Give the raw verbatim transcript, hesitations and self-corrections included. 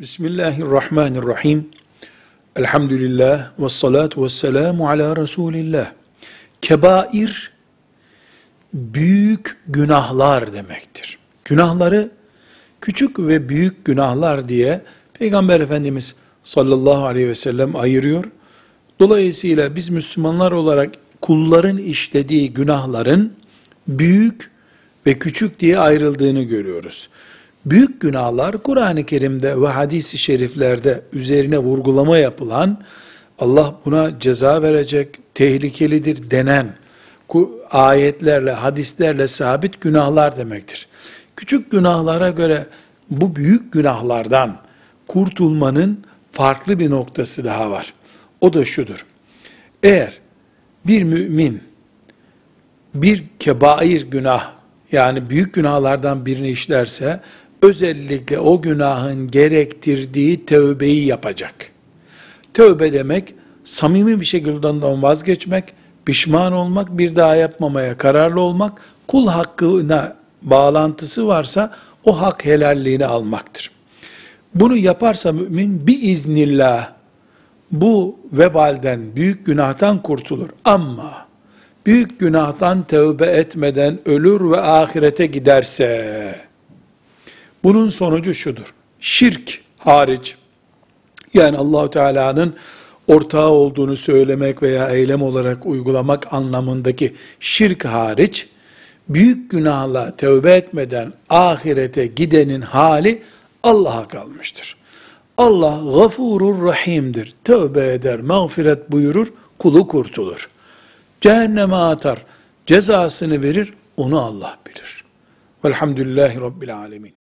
Bismillahirrahmanirrahim. Elhamdülillah ve salatu ve selamu ala Resulillah. Kebair, büyük günahlar demektir. Günahları küçük ve büyük günahlar diye Peygamber Efendimiz sallallahu aleyhi ve sellem ayırıyor. Dolayısıyla biz Müslümanlar olarak kulların işlediği günahların büyük ve küçük diye ayrıldığını görüyoruz. Büyük günahlar Kur'an-ı Kerim'de ve hadis-i şeriflerde üzerine vurgulama yapılan, Allah buna ceza verecek, tehlikelidir denen ayetlerle, hadislerle sabit günahlar demektir. Küçük günahlara göre bu büyük günahlardan kurtulmanın farklı bir noktası daha var. O da şudur: eğer bir mümin bir kebair günah, yani büyük günahlardan birini işlerse, özellikle o günahın gerektirdiği tövbeyi yapacak. Tövbe demek, samimi bir şekilde ondan vazgeçmek, pişman olmak, bir daha yapmamaya kararlı olmak, kul hakkına bağlantısı varsa o hak helalliğini almaktır. Bunu yaparsa mümin biiznillah bu vebalden, büyük günahtan kurtulur. Ama büyük günahtan tövbe etmeden ölür ve ahirete giderse, bunun sonucu şudur: şirk hariç, yani Allah-u Teala'nın ortağı olduğunu söylemek veya eylem olarak uygulamak anlamındaki şirk hariç, büyük günahla tövbe etmeden ahirete gidenin hali Allah'a kalmıştır. Allah gafurur rahimdir. Tövbe eder, mağfiret buyurur, kulu kurtulur. Cehenneme atar, cezasını verir, onu Allah bilir. Velhamdülillahi Rabbil alemin.